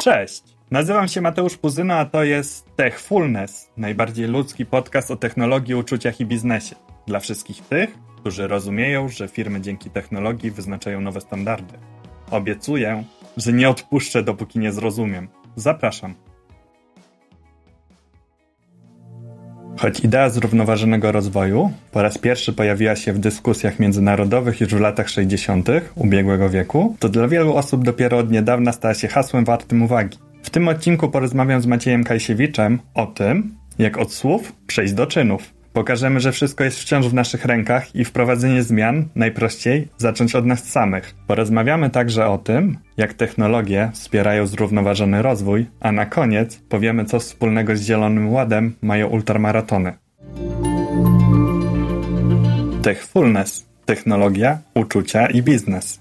Cześć, nazywam się Mateusz Puzyna, a to jest Techfulness, najbardziej ludzki podcast o technologii, uczuciach i biznesie. Dla wszystkich tych, którzy rozumieją, że firmy dzięki technologii wyznaczają nowe standardy. Obiecuję, że nie odpuszczę, dopóki nie zrozumiem. Zapraszam. Choć idea zrównoważonego rozwoju po raz pierwszy pojawiła się w dyskusjach międzynarodowych już w latach 60. ubiegłego wieku, to dla wielu osób dopiero od niedawna stała się hasłem wartym uwagi. W tym odcinku porozmawiam z Maciejem Kajsiewiczem o tym, jak od słów przejść do czynów. Pokażemy, że wszystko jest wciąż w naszych rękach i wprowadzenie zmian najprościej zacząć od nas samych. Porozmawiamy także o tym, jak technologie wspierają zrównoważony rozwój, a na koniec powiemy, co wspólnego z Zielonym Ładem mają ultramaratony. Techfulness. Technologia, uczucia i biznes.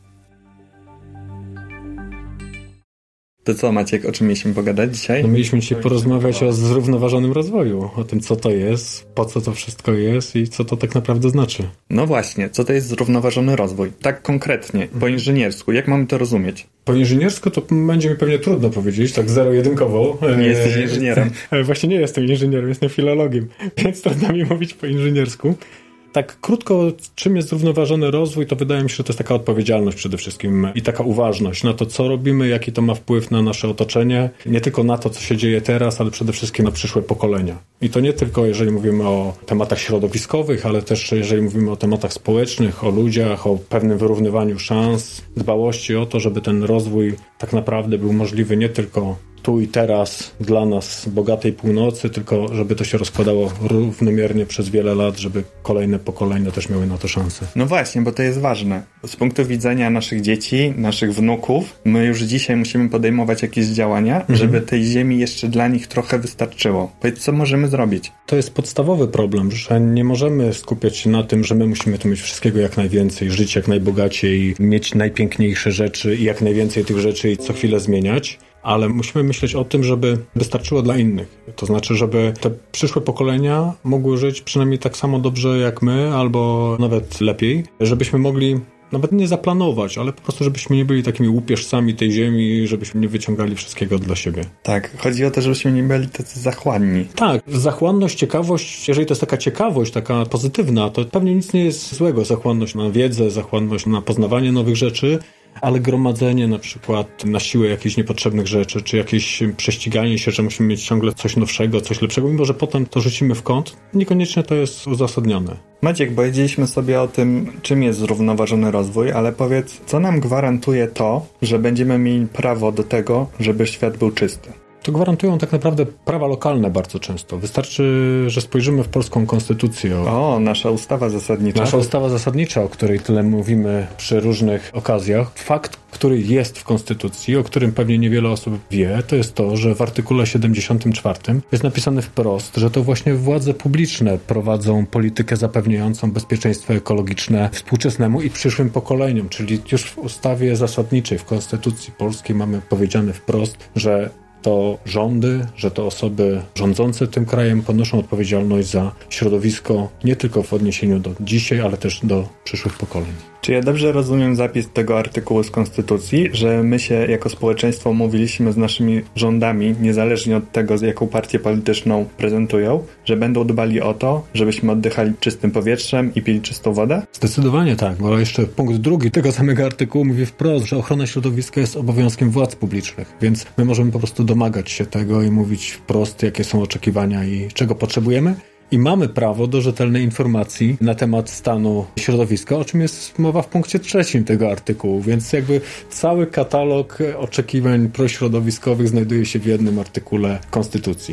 To co, Maciek, o czym mieliśmy pogadać dzisiaj? No mieliśmy dzisiaj porozmawiać o zrównoważonym rozwoju, o tym, co to jest, po co to wszystko jest i co to tak naprawdę znaczy. No właśnie, co to jest zrównoważony rozwój? Tak konkretnie, po inżyniersku, jak mamy to rozumieć? Po inżyniersku to będzie mi pewnie trudno powiedzieć, tak zero-jedynkowo. Nie jesteś inżynierem. Właśnie nie jestem inżynierem, jestem filologiem, więc trudno mi mówić po inżyniersku. Tak krótko, czym jest zrównoważony rozwój, to wydaje mi się, że to jest taka odpowiedzialność przede wszystkim i taka uważność na to, co robimy, jaki to ma wpływ na nasze otoczenie, nie tylko na to, co się dzieje teraz, ale przede wszystkim na przyszłe pokolenia. I to nie tylko jeżeli mówimy o tematach środowiskowych, ale też jeżeli mówimy o tematach społecznych, o ludziach, o pewnym wyrównywaniu szans, dbałości o to, żeby ten rozwój tak naprawdę był możliwy nie tylko tu i teraz dla nas, bogatej północy, tylko żeby to się rozkładało równomiernie przez wiele lat, żeby kolejne pokolenia też miały na to szansę. No właśnie, bo to jest ważne. Z punktu widzenia naszych dzieci, naszych wnuków, my już dzisiaj musimy podejmować jakieś działania, żeby tej ziemi jeszcze dla nich trochę wystarczyło. Powiedz, co możemy zrobić? To jest podstawowy problem, że nie możemy skupiać się na tym, że my musimy tu mieć wszystkiego jak najwięcej, żyć jak najbogaciej, mieć najpiękniejsze rzeczy i jak najwięcej tych rzeczy i co chwilę zmieniać. Ale musimy myśleć o tym, żeby wystarczyło dla innych. To znaczy, żeby te przyszłe pokolenia mogły żyć przynajmniej tak samo dobrze jak my, albo nawet lepiej, żebyśmy mogli nawet nie zaplanować, ale po prostu żebyśmy nie byli takimi łupieżcami tej ziemi, żebyśmy nie wyciągali wszystkiego dla siebie. Tak, chodzi o to, żebyśmy nie byli tacy zachłanni. Tak, zachłanność, ciekawość, jeżeli to jest taka ciekawość, taka pozytywna, to pewnie nic nie jest złego. Zachłanność na wiedzę, zachłanność na poznawanie nowych rzeczy, ale gromadzenie na przykład na siłę jakichś niepotrzebnych rzeczy, czy jakieś prześciganie się, że musimy mieć ciągle coś nowszego, coś lepszego, mimo że potem to rzucimy w kąt, niekoniecznie to jest uzasadnione. Maciek, powiedzieliśmy sobie o tym, czym jest zrównoważony rozwój, ale powiedz, co nam gwarantuje to, że będziemy mieli prawo do tego, żeby świat był czysty? To gwarantują tak naprawdę prawa lokalne bardzo często. Wystarczy, że spojrzymy w polską konstytucję. Nasza ustawa zasadnicza. Nasza ustawa zasadnicza, o której tyle mówimy przy różnych okazjach. Fakt, który jest w konstytucji, o którym pewnie niewiele osób wie, to jest to, że w artykule 74 jest napisane wprost, że to właśnie władze publiczne prowadzą politykę zapewniającą bezpieczeństwo ekologiczne współczesnemu i przyszłym pokoleniom. Czyli już w ustawie zasadniczej, w konstytucji polskiej mamy powiedziane wprost, że to rządy, że to osoby rządzące tym krajem ponoszą odpowiedzialność za środowisko nie tylko w odniesieniu do dzisiaj, ale też do przyszłych pokoleń. Czy ja dobrze rozumiem zapis tego artykułu z Konstytucji, że my się jako społeczeństwo umówiliśmy z naszymi rządami, niezależnie od tego, z jaką partię polityczną prezentują, że będą dbali o to, żebyśmy oddychali czystym powietrzem i pili czystą wodę? Zdecydowanie tak, bo jeszcze punkt drugi tego samego artykułu mówi wprost, że ochrona środowiska jest obowiązkiem władz publicznych, więc my możemy po prostu domagać się tego i mówić wprost, jakie są oczekiwania i czego potrzebujemy. I mamy prawo do rzetelnej informacji na temat stanu środowiska, o czym jest mowa w punkcie 3 tego artykułu, więc jakby cały katalog oczekiwań prośrodowiskowych znajduje się w jednym artykule Konstytucji,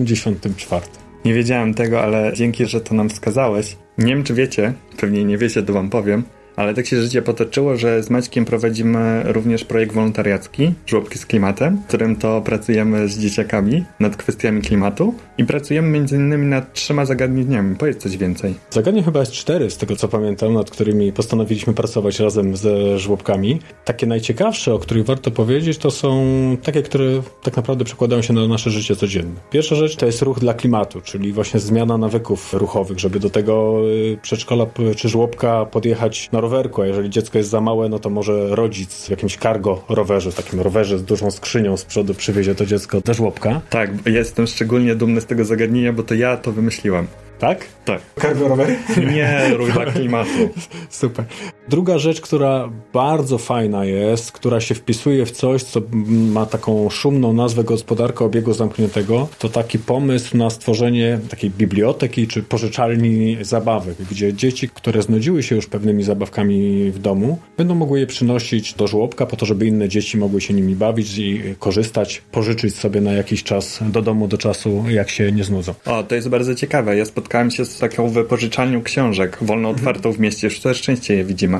74. Nie wiedziałem tego, ale dzięki, że to nam wskazałeś. Nie wiem, czy wiecie, pewnie nie wiecie, to wam powiem, ale tak się życie potoczyło, że z Maćkiem prowadzimy również projekt wolontariacki Żłobki z klimatem, w którym to pracujemy z dzieciakami nad kwestiami klimatu i pracujemy m.in. nad 3 zagadnieniami. Powiedz coś więcej. Zagadnień chyba jest 4, z tego co pamiętam, nad którymi postanowiliśmy pracować razem ze żłobkami. Takie najciekawsze, o których warto powiedzieć, to są takie, które tak naprawdę przekładają się na nasze życie codzienne. Pierwsza rzecz to jest ruch dla klimatu, czyli właśnie zmiana nawyków ruchowych, żeby do tego przedszkola czy żłobka podjechać na rowerze rowerku, a jeżeli dziecko jest za małe, no to może rodzic w jakimś cargo rowerze, w takim rowerze z dużą skrzynią z przodu przywiezie to dziecko do żłobka. Tak, jestem szczególnie dumny z tego zagadnienia, bo to ja to wymyśliłem. Tak? Tak. Cargo rower? Nie, rób dla klimatu. Super. Druga rzecz, która bardzo fajna jest, która się wpisuje w coś, co ma taką szumną nazwę gospodarka obiegu zamkniętego, to taki pomysł na stworzenie takiej biblioteki czy pożyczalni zabawek, gdzie dzieci, które znudziły się już pewnymi zabawkami w domu, będą mogły je przynosić do żłobka po to, żeby inne dzieci mogły się nimi bawić i korzystać, pożyczyć sobie na jakiś czas do domu, do czasu, jak się nie znudzą. O, to jest bardzo ciekawe. Ja spotkałem się z taką wypożyczalnią książek wolno otwartą w mieście. Już coraz częściej je widzimy.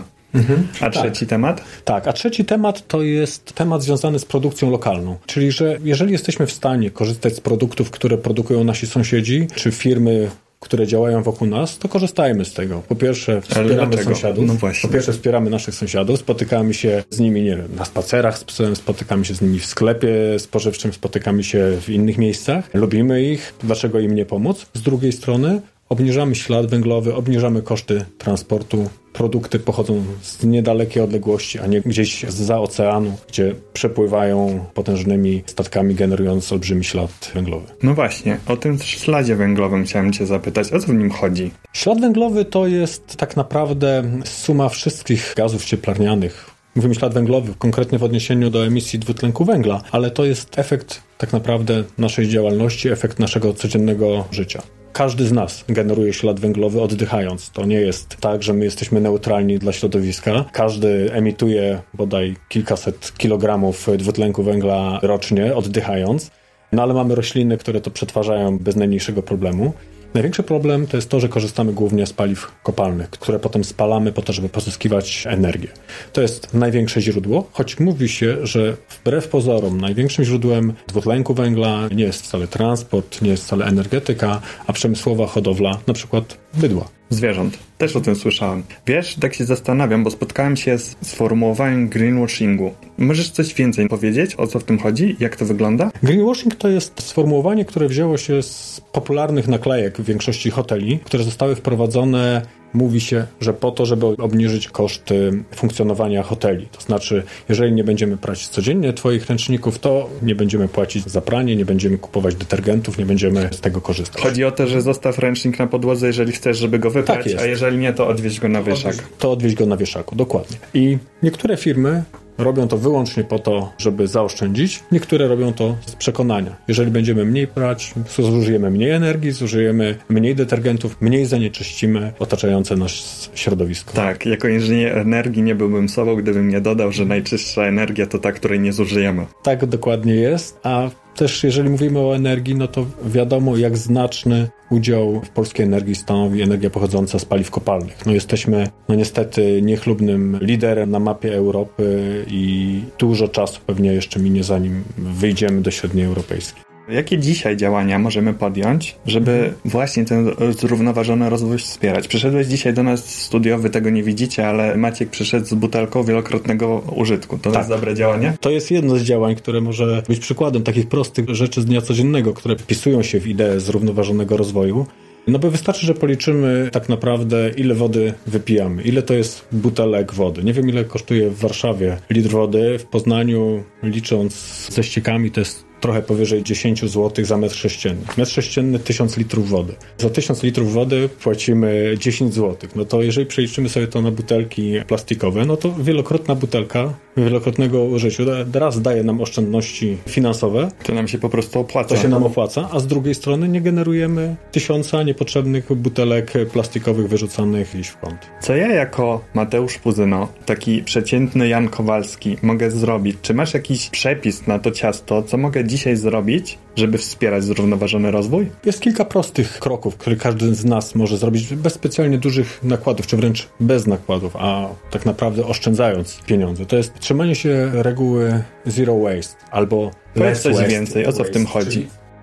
A trzeci temat? Tak, a trzeci temat to jest temat związany z produkcją lokalną. Czyli, że jeżeli jesteśmy w stanie korzystać z produktów, które produkują nasi sąsiedzi, czy firmy, które działają wokół nas, to korzystajmy z tego. Po pierwsze wspieramy sąsiadów. No właśnie. Po pierwsze wspieramy naszych sąsiadów, spotykamy się z nimi, nie wiem, na spacerach z psem, spotykamy się z nimi w sklepie spożywczym, spotykamy się w innych miejscach. Lubimy ich, dlaczego im nie pomóc? Z drugiej strony obniżamy ślad węglowy, obniżamy koszty transportu. Produkty pochodzą z niedalekiej odległości, a nie gdzieś zza oceanu, gdzie przepływają potężnymi statkami, generując olbrzymi ślad węglowy. No właśnie, o tym śladzie węglowym chciałem cię zapytać. O co w nim chodzi? Ślad węglowy to jest tak naprawdę suma wszystkich gazów cieplarnianych. Mówimy ślad węglowy konkretnie w odniesieniu do emisji dwutlenku węgla, ale to jest efekt tak naprawdę naszej działalności, efekt naszego codziennego życia. Każdy z nas generuje ślad węglowy oddychając. To nie jest tak, że my jesteśmy neutralni dla środowiska. Każdy emituje bodaj kilkaset kilogramów dwutlenku węgla rocznie oddychając. No ale mamy rośliny, które to przetwarzają bez najmniejszego problemu. Największy problem to jest to, że korzystamy głównie z paliw kopalnych, które potem spalamy po to, żeby pozyskiwać energię. To jest największe źródło, choć mówi się, że wbrew pozorom największym źródłem dwutlenku węgla nie jest wcale transport, nie jest wcale energetyka, a przemysłowa hodowla, na przykład bydła. Zwierząt. Też o tym słyszałem. Wiesz, tak się zastanawiam, bo spotkałem się z sformułowaniem greenwashingu. Możesz coś więcej powiedzieć, o co w tym chodzi? Jak to wygląda? Greenwashing to jest sformułowanie, które wzięło się z popularnych naklejek w większości hoteli, które zostały wprowadzone. Mówi się, że po to, żeby obniżyć koszty funkcjonowania hoteli. To znaczy, jeżeli nie będziemy prać codziennie twoich ręczników, to nie będziemy płacić za pranie, nie będziemy kupować detergentów, nie będziemy z tego korzystać. Chodzi o to, że zostaw ręcznik na podłodze, jeżeli chcesz, żeby go wyprać, Tak, a jeżeli nie, to odwieź go na wieszak. To odwieźć go na wieszaku, dokładnie. I niektóre firmy robią to wyłącznie po to, żeby zaoszczędzić. Niektóre robią to z przekonania. Jeżeli będziemy mniej prać, zużyjemy mniej energii, zużyjemy mniej detergentów, mniej zanieczyścimy otaczające nas środowisko. Tak, jako inżynier energii nie byłbym sobą, gdybym nie dodał, że najczystsza energia to ta, której nie zużyjemy. Tak dokładnie jest, a też jeżeli mówimy o energii, no to wiadomo, jak znaczny udział w polskiej energii stanowi energia pochodząca z paliw kopalnych. No jesteśmy, niestety, niechlubnym liderem na mapie Europy i dużo czasu pewnie jeszcze minie, zanim wyjdziemy do średniej europejskiej. Jakie dzisiaj działania możemy podjąć, żeby właśnie ten zrównoważony rozwój wspierać? Przyszedłeś dzisiaj do nas w studio, wy tego nie widzicie, ale Maciek przyszedł z butelką wielokrotnego użytku. To jest dobre działanie? To jest jedno z działań, które może być przykładem takich prostych rzeczy z dnia codziennego, które wpisują się w ideę zrównoważonego rozwoju. No bo wystarczy, że policzymy tak naprawdę, ile wody wypijamy, ile to jest butelek wody. Nie wiem, ile kosztuje w Warszawie litr wody, w Poznaniu, licząc ze ściekami, to jest trochę powyżej 10 zł za metr sześcienny. Metr sześcienny 1000 litrów wody. Za 1000 litrów wody płacimy 10 zł. No to jeżeli przeliczymy sobie to na butelki plastikowe, no to wielokrotna butelka wielokrotnego użyciu raz daje nam oszczędności finansowe. To nam się po prostu opłaca. To się nam opłaca, a z drugiej strony nie generujemy 1000 niepotrzebnych butelek plastikowych wyrzucanych gdzieś w kąt. Co ja jako Mateusz Puzyno, taki przeciętny Jan Kowalski, mogę zrobić? Czy masz jakiś przepis na to ciasto, co mogę dzisiaj zrobić, żeby wspierać zrównoważony rozwój? Jest kilka prostych kroków, które każdy z nas może zrobić bez specjalnie dużych nakładów, czy wręcz bez nakładów, a tak naprawdę oszczędzając pieniądze. To jest trzymanie się reguły zero waste albo Powiedz less coś waste. więcej, o co w tym chodzi? Czyli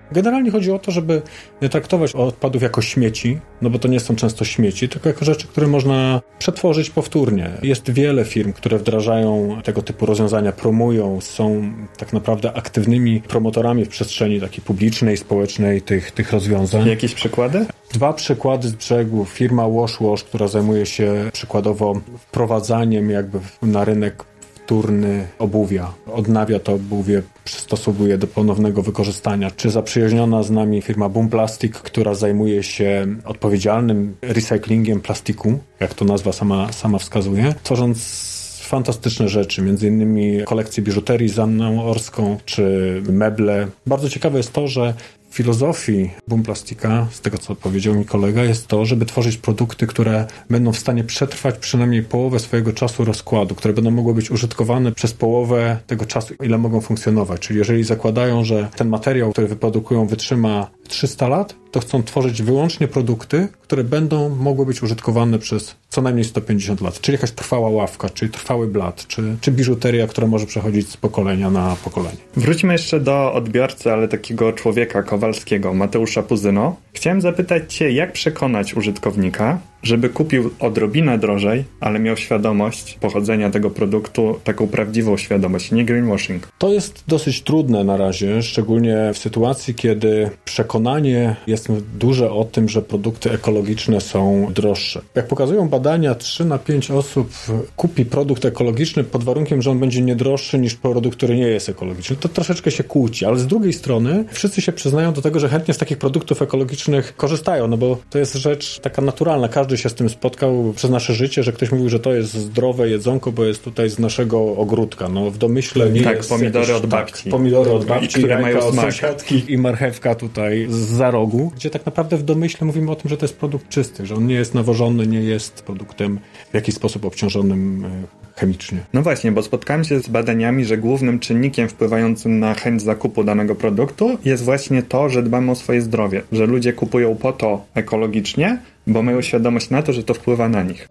Generalnie chodzi o to, żeby nie traktować odpadów jako śmieci, no bo to nie są często śmieci, tylko jako rzeczy, które można przetworzyć powtórnie. Jest wiele firm, które wdrażają tego typu rozwiązania, promują, są tak naprawdę aktywnymi promotorami w przestrzeni takiej publicznej, społecznej tych rozwiązań. Jakieś przykłady? 2 przykłady z brzegu. Firma Wash, która zajmuje się przykładowo wprowadzaniem jakby na rynek wtórny obuwia. Odnawia to obuwie, przystosowuje do ponownego wykorzystania. Czy zaprzyjaźniona z nami firma Boom Plastic, która zajmuje się odpowiedzialnym recyklingiem plastiku, jak to nazwa sama wskazuje, tworząc fantastyczne rzeczy, między innymi kolekcje biżuterii zannamorską, czy meble. Bardzo ciekawe jest to, że w filozofii Boom Plastica, z tego co powiedział mi kolega, jest to, żeby tworzyć produkty, które będą w stanie przetrwać przynajmniej połowę swojego czasu rozkładu, które będą mogły być użytkowane przez połowę tego czasu, ile mogą funkcjonować. Czyli jeżeli zakładają, że ten materiał, który wyprodukują, wytrzyma 300 lat, to chcą tworzyć wyłącznie produkty, które będą mogły być użytkowane przez co najmniej 150 lat. Czyli jakaś trwała ławka, czyli trwały blat, czy biżuteria, która może przechodzić z pokolenia na pokolenie. Wróćmy jeszcze do odbiorcy, ale takiego człowieka kowalskiego, Mateusza Puzyno. Chciałem zapytać Cię, jak przekonać użytkownika, żeby kupił odrobinę drożej, ale miał świadomość pochodzenia tego produktu, taką prawdziwą świadomość, nie greenwashing. To jest dosyć trudne na razie, szczególnie w sytuacji, kiedy przekonanie jest duże o tym, że produkty ekologiczne są droższe. Jak pokazują badania, 3 na 5 osób kupi produkt ekologiczny pod warunkiem, że on będzie nie droższy niż produkt, który nie jest ekologiczny. To troszeczkę się kłóci, ale z drugiej strony wszyscy się przyznają do tego, że chętnie z takich produktów ekologicznych korzystają, no bo to jest rzecz taka naturalna. Każdy się z tym spotkał przez nasze życie, że ktoś mówił, że to jest zdrowe jedzonko, bo jest tutaj z naszego ogródka. No w domyśle nie jest pomidory od babci. Tak, pomidory od babci, które mają od smak. sąsiadki i marchewka tutaj za rogu, gdzie tak naprawdę w domyśle mówimy o tym, że to jest produkt czysty, że on nie jest nawożony, nie jest produktem w jakiś sposób obciążonym chemicznie. No właśnie, bo spotkałem się z badaniami, że głównym czynnikiem wpływającym na chęć zakupu danego produktu jest właśnie to, że dbamy o swoje zdrowie, że ludzie kupują po to ekologicznie, bo mają świadomość na to, że to wpływa na nich.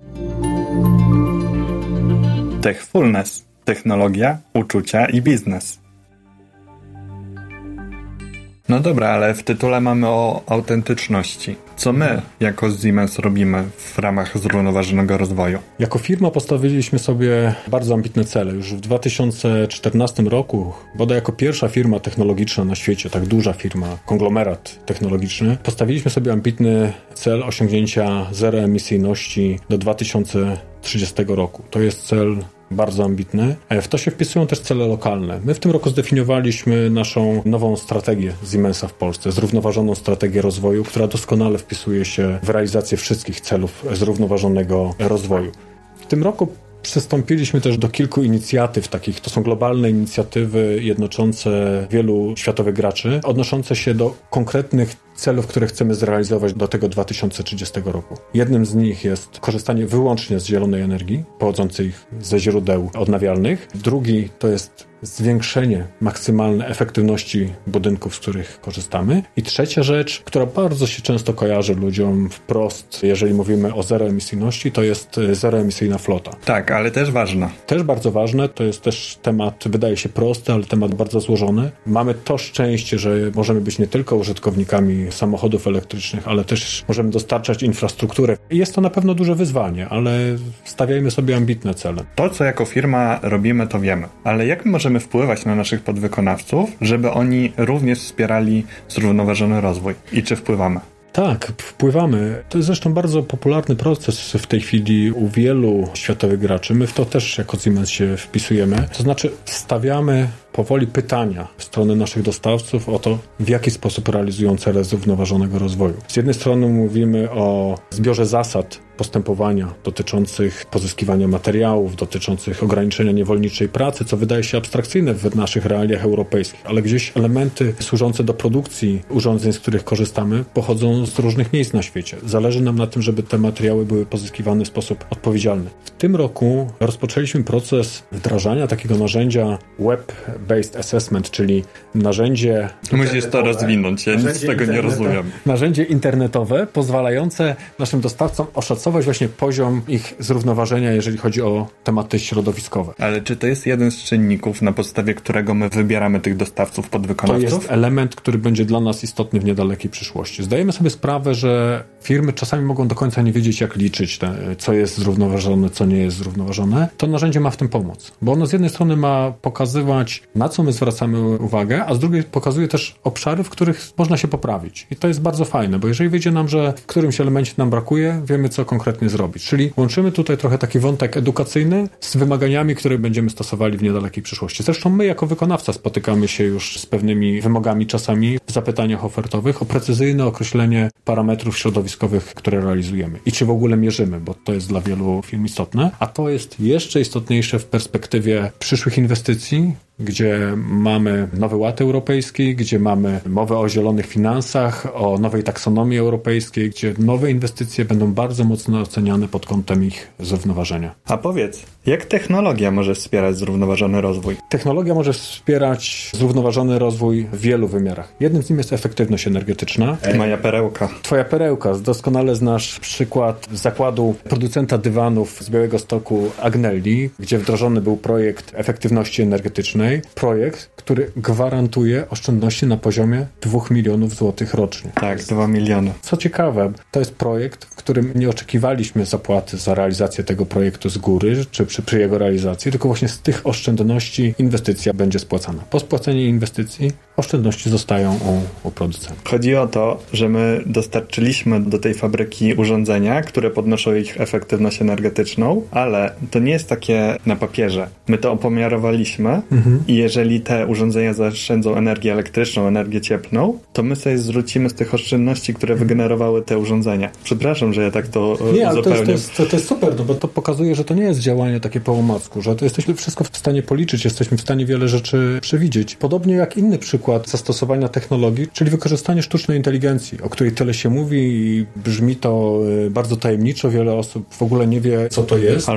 Techfulness. Technologia, uczucia i biznes. No dobra, ale w tytule mamy o autentyczności. Co my jako Siemens robimy w ramach zrównoważonego rozwoju? Jako firma postawiliśmy sobie bardzo ambitne cele. Już w 2014 roku, bodaj jako pierwsza firma technologiczna na świecie, tak duża firma, konglomerat technologiczny, postawiliśmy sobie ambitny cel osiągnięcia zeroemisyjności do 2030 roku. To jest cel bardzo ambitny. W to się wpisują też cele lokalne. My w tym roku zdefiniowaliśmy naszą nową strategię Siemensa w Polsce, zrównoważoną strategię rozwoju, która doskonale wpisuje się w realizację wszystkich celów zrównoważonego rozwoju. W tym roku przystąpiliśmy też do kilku inicjatyw takich, to są globalne inicjatywy jednoczące wielu światowych graczy, odnoszące się do konkretnych celów, które chcemy zrealizować do tego 2030 roku. Jednym z nich jest korzystanie wyłącznie z zielonej energii, pochodzącej ze źródeł odnawialnych. Drugi to jest zwiększenie maksymalnej efektywności budynków, z których korzystamy. I trzecia rzecz, która bardzo się często kojarzy ludziom wprost, jeżeli mówimy o zeroemisyjności, to jest zeroemisyjna flota. Tak, ale też ważna. Też bardzo ważne, to jest też temat, wydaje się prosty, ale temat bardzo złożony. Mamy to szczęście, że możemy być nie tylko użytkownikami samochodów elektrycznych, ale też możemy dostarczać infrastrukturę. Jest to na pewno duże wyzwanie, ale stawiajmy sobie ambitne cele. To, co jako firma robimy, to wiemy. Ale jak możemy wpływać na naszych podwykonawców, żeby oni również wspierali zrównoważony rozwój? I czy wpływamy? Tak, wpływamy. To jest zresztą bardzo popularny proces w tej chwili u wielu światowych graczy. My w to też jako Siemens się wpisujemy. To znaczy stawiamy powoli pytania w stronę naszych dostawców o to, w jaki sposób realizują cele zrównoważonego rozwoju. Z jednej strony mówimy o zbiorze zasad postępowania dotyczących pozyskiwania materiałów, dotyczących ograniczenia niewolniczej pracy, co wydaje się abstrakcyjne w naszych realiach europejskich, ale gdzieś elementy służące do produkcji urządzeń, z których korzystamy, pochodzą z różnych miejsc na świecie. Zależy nam na tym, żeby te materiały były pozyskiwane w sposób odpowiedzialny. W tym roku rozpoczęliśmy proces wdrażania takiego narzędzia Web Based Assessment, czyli narzędzie... Musisz to rozwinąć, ja nic z tego nie rozumiem. Narzędzie internetowe pozwalające naszym dostawcom oszacować właśnie poziom ich zrównoważenia, jeżeli chodzi o tematy środowiskowe. Ale czy to jest jeden z czynników, na podstawie którego my wybieramy tych dostawców, podwykonawców? To jest element, który będzie dla nas istotny w niedalekiej przyszłości. Zdajemy sobie sprawę, że firmy czasami mogą do końca nie wiedzieć, jak liczyć, co jest zrównoważone, co nie jest zrównoważone. To narzędzie ma w tym pomóc, bo ono z jednej strony ma pokazywać, na co my zwracamy uwagę, a z drugiej pokazuje też obszary, w których można się poprawić. I to jest bardzo fajne, bo jeżeli wyjdzie nam, że w którymś elemencie nam brakuje, wiemy, co konkretnie zrobić. Czyli łączymy tutaj trochę taki wątek edukacyjny z wymaganiami, które będziemy stosowali w niedalekiej przyszłości. Zresztą my jako wykonawca spotykamy się już z pewnymi wymogami czasami w zapytaniach ofertowych o precyzyjne określenie parametrów środowiskowych, które realizujemy i czy w ogóle mierzymy, bo to jest dla wielu firm istotne, a to jest jeszcze istotniejsze w perspektywie przyszłych inwestycji, gdzie mamy nowy ład europejski, gdzie mamy mowę o zielonych finansach, o nowej taksonomii europejskiej, gdzie nowe inwestycje będą bardzo mocno oceniane pod kątem ich zrównoważenia. A powiedz, jak technologia może wspierać zrównoważony rozwój? Technologia może wspierać zrównoważony rozwój w wielu wymiarach. Jednym z nich jest efektywność energetyczna. Moja perełka. Twoja perełka. Doskonale znasz przykład zakładu producenta dywanów z Białegostoku Agnelli, gdzie wdrożony był projekt efektywności energetycznej. Projekt, który gwarantuje oszczędności na poziomie 2 milionów złotych rocznie. Tak, 2 miliony. Co ciekawe, to jest projekt, w którym nie oczekiwaliśmy zapłaty za realizację tego projektu z góry, czy przy jego realizacji, tylko właśnie z tych oszczędności inwestycja będzie spłacana. Po spłaceniu inwestycji oszczędności zostają u producenta. Chodzi o to, że my dostarczyliśmy do tej fabryki urządzenia, które podnoszą ich efektywność energetyczną, ale to nie jest takie na papierze. My to opomiarowaliśmy i jeżeli te urządzenia zaoszczędzą energię elektryczną, energię cieplną, to my sobie zwrócimy z tych oszczędności, które wygenerowały te urządzenia. Przepraszam, że ja tak to nie, ale zupełnie... to jest super, no bo to pokazuje, że to nie jest działanie takie po omacku, że to jesteśmy wszystko w stanie policzyć, jesteśmy w stanie wiele rzeczy przewidzieć. Podobnie jak inny przykład zastosowania technologii, czyli wykorzystanie sztucznej inteligencji, o której tyle się mówi i brzmi to bardzo tajemniczo, wiele osób w ogóle nie wie, co to jest.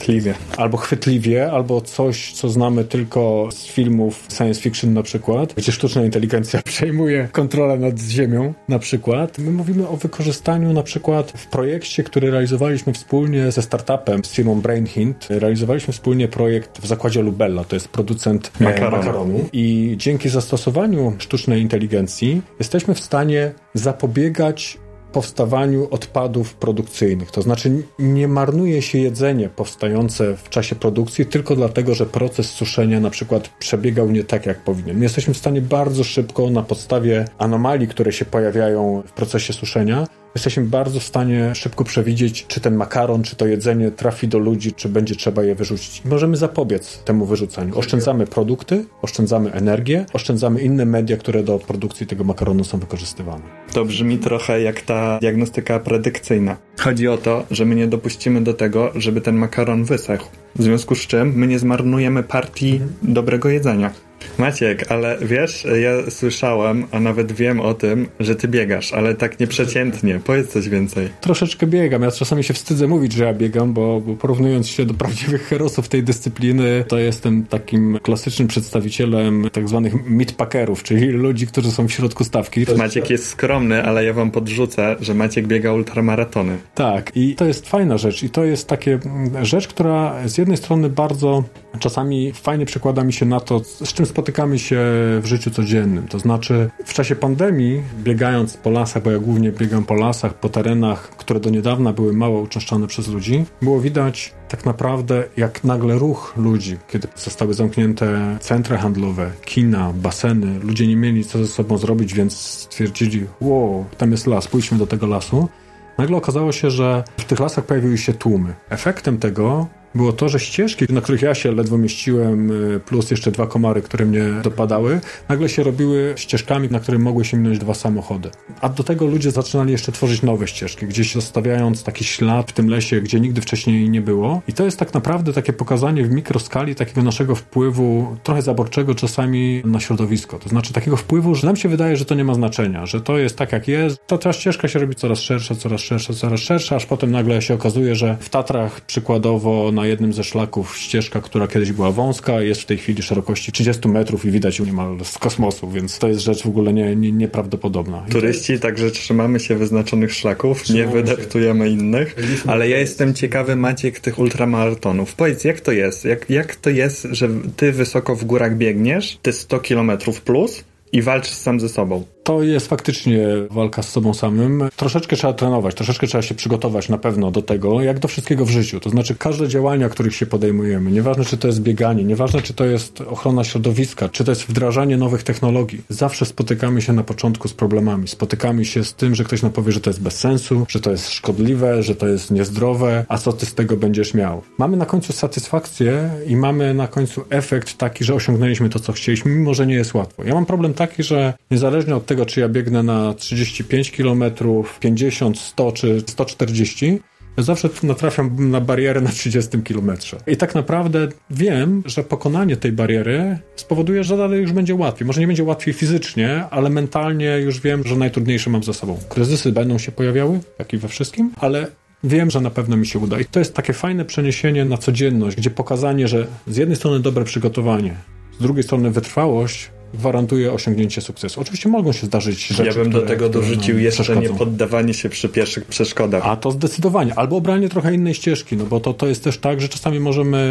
Albo chwytliwie, albo coś, co znamy tylko z filmów science fiction na przykład, gdzie sztuczna inteligencja przejmuje kontrolę nad ziemią na przykład. My mówimy o wykorzystaniu na przykład w projekcie, który realizowaliśmy wspólnie ze startupem, z firmą BrainHint. Realizowaliśmy wspólnie projekt w zakładzie Lubella, to jest producent makaronu. I dzięki zastosowaniu sztucznej inteligencji jesteśmy w stanie zapobiegać powstawaniu odpadów produkcyjnych. To znaczy nie marnuje się jedzenie powstające w czasie produkcji tylko dlatego, że proces suszenia na przykład przebiegał nie tak, jak powinien. My jesteśmy w stanie bardzo szybko na podstawie anomalii, które się pojawiają w procesie suszenia, jesteśmy bardzo w stanie szybko przewidzieć, czy ten makaron, czy to jedzenie trafi do ludzi, czy będzie trzeba je wyrzucić. Możemy zapobiec temu wyrzucaniu. Oszczędzamy produkty, oszczędzamy energię, oszczędzamy inne media, które do produkcji tego makaronu są wykorzystywane. To brzmi trochę jak ta diagnostyka predykcyjna. Chodzi o to, że my nie dopuścimy do tego, żeby ten makaron wysechł. W związku z czym my nie zmarnujemy partii dobrego jedzenia. Maciek, ale wiesz, ja słyszałem, a nawet wiem o tym, że ty biegasz, ale tak nieprzeciętnie. Powiedz coś więcej. Troszeczkę biegam. Ja czasami się wstydzę mówić, że ja biegam, bo porównując się do prawdziwych herosów tej dyscypliny, to jestem takim klasycznym przedstawicielem tak zwanych meatpackerów, czyli ludzi, którzy są w środku stawki. Maciek jest skromny, ale ja wam podrzucę, że Maciek biega ultramaratony. Tak, i to jest fajna rzecz i to jest takie rzecz, która z jednej strony bardzo czasami fajnie przekłada mi się na to, z czym spotykamy się w życiu codziennym. To znaczy w czasie pandemii, biegając po lasach, bo ja głównie biegam po lasach, po terenach, które do niedawna były mało uczęszczane przez ludzi, było widać tak naprawdę jak nagle ruch ludzi, kiedy zostały zamknięte centra handlowe, kina, baseny, ludzie nie mieli co ze sobą zrobić, więc stwierdzili, wow, tam jest las, pójdźmy do tego lasu. Nagle okazało się, że w tych lasach pojawiły się tłumy. Efektem tego było to, że ścieżki, na których ja się ledwo mieściłem, plus jeszcze 2 komary, które mnie dopadały, nagle się robiły ścieżkami, na których mogły się minąć 2 samochody. A do tego ludzie zaczynali jeszcze tworzyć nowe ścieżki, gdzieś zostawiając taki ślad w tym lesie, gdzie nigdy wcześniej nie było. I to jest tak naprawdę takie pokazanie w mikroskali takiego naszego wpływu, trochę zaborczego czasami na środowisko. To znaczy takiego wpływu, że nam się wydaje, że to nie ma znaczenia, że to jest tak jak jest, to ta ścieżka się robi coraz szersza, aż potem nagle się okazuje, że w Tatrach przykładowo na jednym ze szlaków ścieżka, która kiedyś była wąska, jest w tej chwili szerokości 30 metrów i widać ją niemal z kosmosu, więc to jest rzecz w ogóle nieprawdopodobna. Turyści, także trzymamy się wyznaczonych szlaków, nie wydeptujemy innych, ale ja jestem ciekawy, Maciek, tych ultramaratonów. Powiedz, jak to jest? Jak to jest, że ty wysoko w górach biegniesz, ty 100 kilometrów plus i walczysz sam ze sobą? To jest faktycznie walka z sobą samym. Troszeczkę trzeba trenować, troszeczkę trzeba się przygotować na pewno do tego, jak do wszystkiego w życiu. To znaczy każde działania, których się podejmujemy, nieważne czy to jest bieganie, nieważne czy to jest ochrona środowiska, czy to jest wdrażanie nowych technologii, zawsze spotykamy się na początku z problemami. Spotykamy się z tym, że ktoś nam powie, że to jest bez sensu, że to jest szkodliwe, że to jest niezdrowe, a co ty z tego będziesz miał? Mamy na końcu satysfakcję i mamy na końcu efekt taki, że osiągnęliśmy to, co chcieliśmy, mimo że nie jest łatwo. Ja mam problem taki, że niezależnie od tego, czy ja biegnę na 35 km, 50, 100 czy 140, ja zawsze natrafiam na barierę na 30 kilometrze. I tak naprawdę wiem, że pokonanie tej bariery spowoduje, że dalej już będzie łatwiej. Może nie będzie łatwiej fizycznie, ale mentalnie już wiem, że najtrudniejsze mam za sobą. Kryzysy będą się pojawiały, jak i we wszystkim, ale wiem, że na pewno mi się uda. I to jest takie fajne przeniesienie na codzienność, gdzie pokazanie, że z jednej strony dobre przygotowanie, z drugiej strony wytrwałość gwarantuje osiągnięcie sukcesu. Oczywiście mogą się zdarzyć rzeczy, ja bym do tego dorzucił jeszcze nie poddawanie się przy pierwszych przeszkodach. A to zdecydowanie. Albo obranie trochę innej ścieżki, no bo to jest też tak, że czasami możemy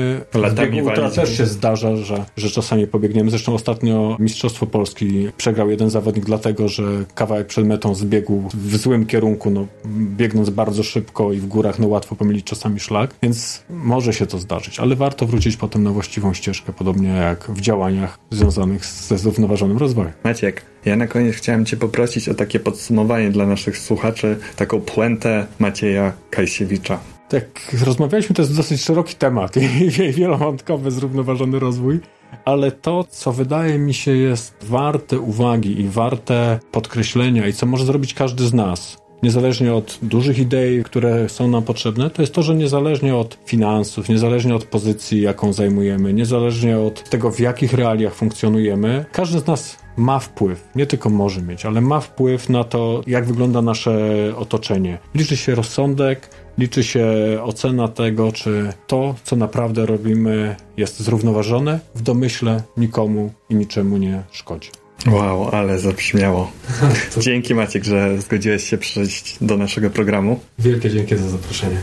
w biegu ultra też się zdarza, że czasami pobiegniemy. Zresztą ostatnio Mistrzostwo Polski przegrał jeden zawodnik dlatego, że kawałek przed metą zbiegł w złym kierunku, no biegnąc bardzo szybko i w górach, no łatwo pomylić czasami szlak, więc może się to zdarzyć, ale warto wrócić potem na właściwą ścieżkę, podobnie jak w działaniach związanych ze zrównoważonym rozwojem. Maciek, ja na koniec chciałem cię poprosić o takie podsumowanie dla naszych słuchaczy, taką puentę Macieja Kajsiewicza. Tak, rozmawialiśmy, to jest dosyć szeroki temat i wielowątkowy, zrównoważony rozwój, ale to, co wydaje mi się jest warte uwagi i warte podkreślenia i co może zrobić każdy z nas, niezależnie od dużych idei, które są nam potrzebne, to jest to, że niezależnie od finansów, niezależnie od pozycji, jaką zajmujemy, niezależnie od tego, w jakich realiach funkcjonujemy, każdy z nas ma wpływ, nie tylko może mieć, ale ma wpływ na to, jak wygląda nasze otoczenie. Liczy się rozsądek, liczy się ocena tego, czy to, co naprawdę robimy, jest zrównoważone, w domyśle nikomu i niczemu nie szkodzi. Wow, ale zabrzmiało. Dzięki, Maciek, że zgodziłeś się przyjść do naszego programu. Wielkie dzięki za zaproszenie.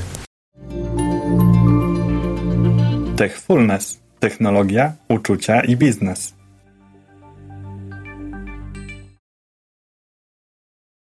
Techfulness. Technologia, uczucia i biznes.